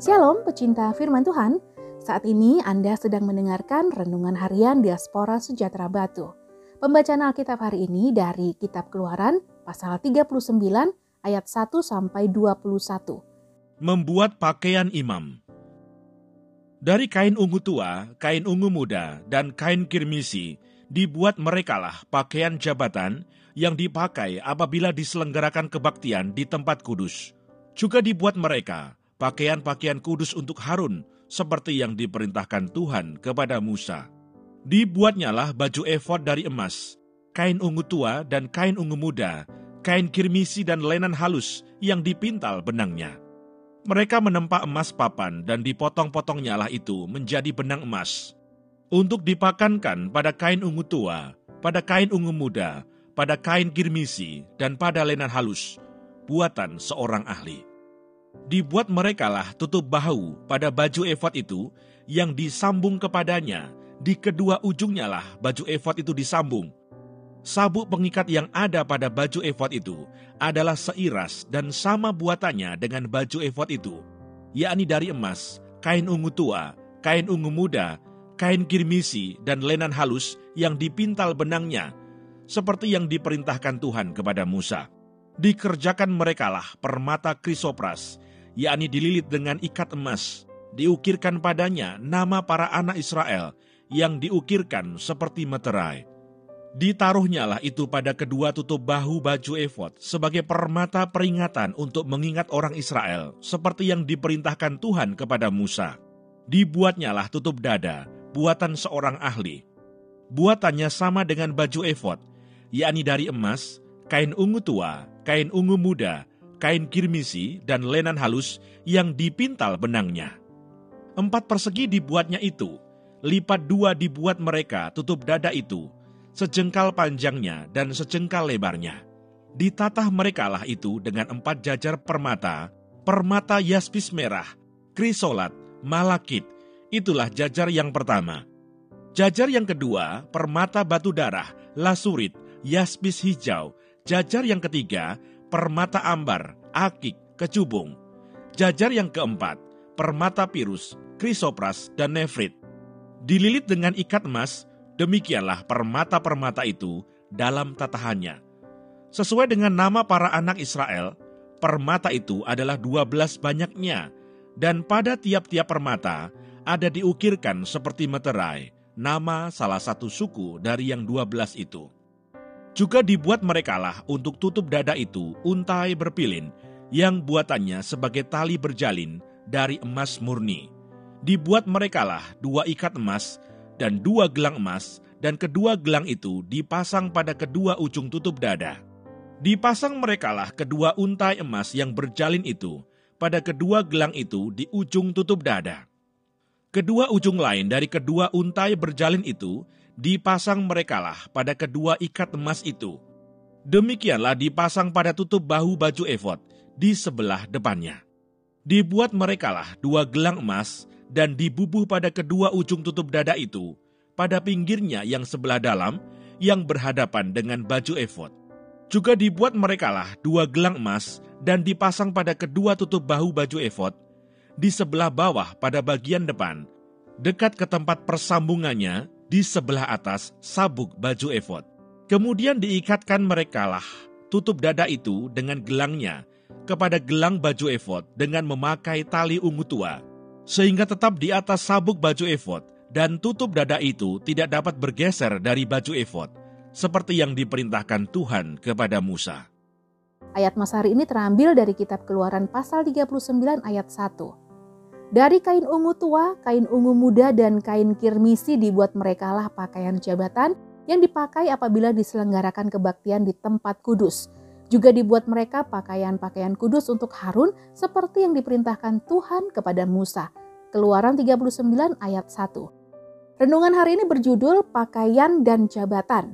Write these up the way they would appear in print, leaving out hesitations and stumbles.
Shalom pecinta firman Tuhan, saat ini Anda sedang mendengarkan Renungan Harian Diaspora Sejahtera Batu. Pembacaan Alkitab hari ini dari Kitab Keluaran pasal 39 ayat 1 sampai 21. Membuat pakaian imam. Dari kain ungu tua, kain ungu muda, dan kain kirmisi, dibuat merekalah pakaian jabatan yang dipakai apabila diselenggarakan kebaktian di tempat kudus. Juga dibuat mereka pakaian-pakaian kudus untuk Harun, seperti yang diperintahkan Tuhan kepada Musa. Dibuatnyalah baju efod dari emas, kain ungu tua dan kain ungu muda, kain kirmisi dan lenan halus yang dipintal benangnya. Mereka menempa emas papan dan dipotong-potongnya itu menjadi benang emas. Untuk dipakankan pada kain ungu tua, pada kain ungu muda, pada kain kirmisi, dan pada lenan halus, buatan seorang ahli. Dibuat merekalah tutup bahu pada baju efod itu yang disambung kepadanya, di kedua ujungnya lah baju efod itu disambung. Sabuk pengikat yang ada pada baju efod itu adalah seiras dan sama buatannya dengan baju efod itu, yakni dari emas, kain ungu tua, kain ungu muda, kain kirmisi, dan lenan halus yang dipintal benangnya, seperti yang diperintahkan Tuhan kepada Musa. Dikerjakan merekalah permata krisopras, yakni dililit dengan ikat emas, diukirkan padanya nama para anak Israel yang diukirkan seperti meterai. Ditaruhnyalah itu pada kedua tutup bahu baju efod sebagai permata peringatan untuk mengingat orang Israel, seperti yang diperintahkan Tuhan kepada Musa. Dibuatnyalah tutup dada, buatan seorang ahli. Buatannya sama dengan baju efod, yakni dari emas, kain ungu tua, kain ungu muda, kain kirmisi, dan lenan halus yang dipintal benangnya. 4 persegi dibuatnya itu, lipat 2 dibuat mereka tutup dada itu, sejengkal panjangnya dan sejengkal lebarnya. Ditatah merekalah itu dengan 4 jajar permata, permata yaspis merah, krisolat, malakit. Itulah jajar yang pertama. Jajar yang kedua, permata batu darah, lasurit, yaspis hijau. Jajar yang ketiga, permata ambar, akik, kecubung. Jajar yang keempat, permata pirus, krisopras, dan nefrit. Dililit dengan ikat emas, demikianlah permata-permata itu dalam tatahannya. Sesuai dengan nama para anak Israel, permata itu adalah 12 banyaknya, dan pada tiap-tiap permata ada diukirkan seperti meterai, nama salah satu suku dari yang 12 itu. Juga dibuat merekalah untuk tutup dada itu untai berpilin, yang buatannya sebagai tali berjalin dari emas murni. Dibuat merekalah 2 ikat emas dan 2 gelang emas, dan kedua gelang itu dipasang pada kedua ujung tutup dada. Dipasang merekalah kedua untai emas yang berjalin itu pada kedua gelang itu di ujung tutup dada. Kedua ujung lain dari kedua untai berjalin itu dipasang merekalah pada kedua ikat emas itu. Demikianlah dipasang pada tutup bahu baju efod di sebelah depannya. Dibuat merekalah 2 gelang emas dan dibubuh pada kedua ujung tutup dada itu, pada pinggirnya yang sebelah dalam, yang berhadapan dengan baju efod. Juga dibuat merekalah 2 gelang emas dan dipasang pada kedua tutup bahu baju efod, di sebelah bawah pada bagian depan, dekat ke tempat persambungannya, di sebelah atas sabuk baju efod. Kemudian diikatkan merekalah tutup dada itu dengan gelangnya kepada gelang baju efod dengan memakai tali ungu tua, sehingga tetap di atas sabuk baju efod, dan tutup dada itu tidak dapat bergeser dari baju efod, seperti yang diperintahkan Tuhan kepada Musa. Ayat Mas hari ini terambil dari Kitab Keluaran pasal 39 ayat 1. Dari kain ungu tua, kain ungu muda, dan kain kirmisi dibuat merekalah pakaian jabatan yang dipakai apabila diselenggarakan kebaktian di tempat kudus. Juga dibuat mereka pakaian-pakaian kudus untuk Harun seperti yang diperintahkan Tuhan kepada Musa. Keluaran 39 ayat 1. Renungan hari ini berjudul Pakaian dan Jabatan.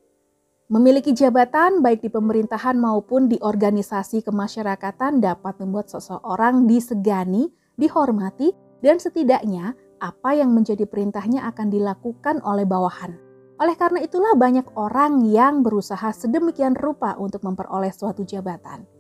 Memiliki jabatan baik di pemerintahan maupun di organisasi kemasyarakatan dapat membuat seseorang disegani, dihormati, dan setidaknya apa yang menjadi perintahnya akan dilakukan oleh bawahan. Oleh karena itulah banyak orang yang berusaha sedemikian rupa untuk memperoleh suatu jabatan.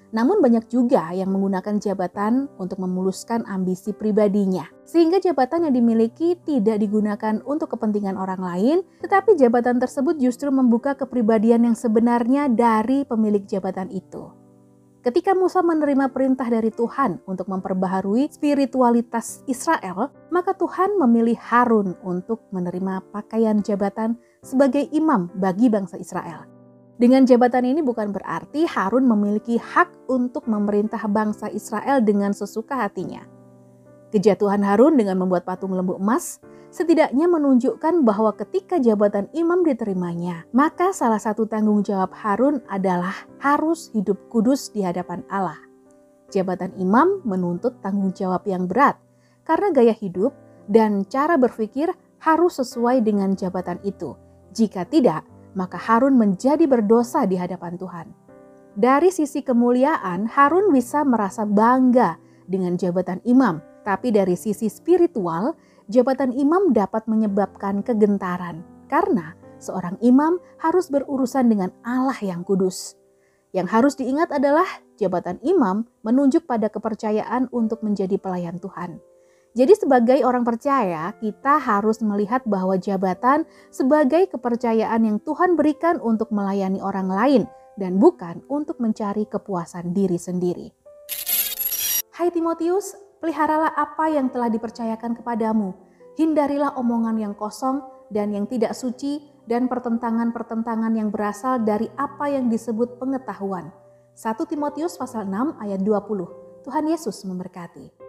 Namun banyak juga yang menggunakan jabatan untuk memuluskan ambisi pribadinya. Sehingga jabatan yang dimiliki tidak digunakan untuk kepentingan orang lain, tetapi jabatan tersebut justru membuka kepribadian yang sebenarnya dari pemilik jabatan itu. Ketika Musa menerima perintah dari Tuhan untuk memperbaharui spiritualitas Israel, maka Tuhan memilih Harun untuk menerima pakaian jabatan sebagai imam bagi bangsa Israel. Dengan jabatan ini bukan berarti Harun memiliki hak untuk memerintah bangsa Israel dengan sesuka hatinya. Kejatuhan Harun dengan membuat patung lembu emas setidaknya menunjukkan bahwa ketika jabatan imam diterimanya, maka salah satu tanggung jawab Harun adalah harus hidup kudus di hadapan Allah. Jabatan imam menuntut tanggung jawab yang berat karena gaya hidup dan cara berpikir harus sesuai dengan jabatan itu. Jika tidak, maka Harun menjadi berdosa di hadapan Tuhan. Dari sisi kemuliaan, Harun bisa merasa bangga dengan jabatan imam, tapi dari sisi spiritual, jabatan imam dapat menyebabkan kegentaran karena seorang imam harus berurusan dengan Allah yang kudus. Yang harus diingat adalah jabatan imam menunjuk pada kepercayaan untuk menjadi pelayan Tuhan. Jadi sebagai orang percaya, kita harus melihat bahwa jabatan sebagai kepercayaan yang Tuhan berikan untuk melayani orang lain dan bukan untuk mencari kepuasan diri sendiri. Hai Timotius, peliharalah apa yang telah dipercayakan kepadamu. Hindarilah omongan yang kosong dan yang tidak suci dan pertentangan-pertentangan yang berasal dari apa yang disebut pengetahuan. 1 Timotius pasal 6 ayat 20. Tuhan Yesus memberkati.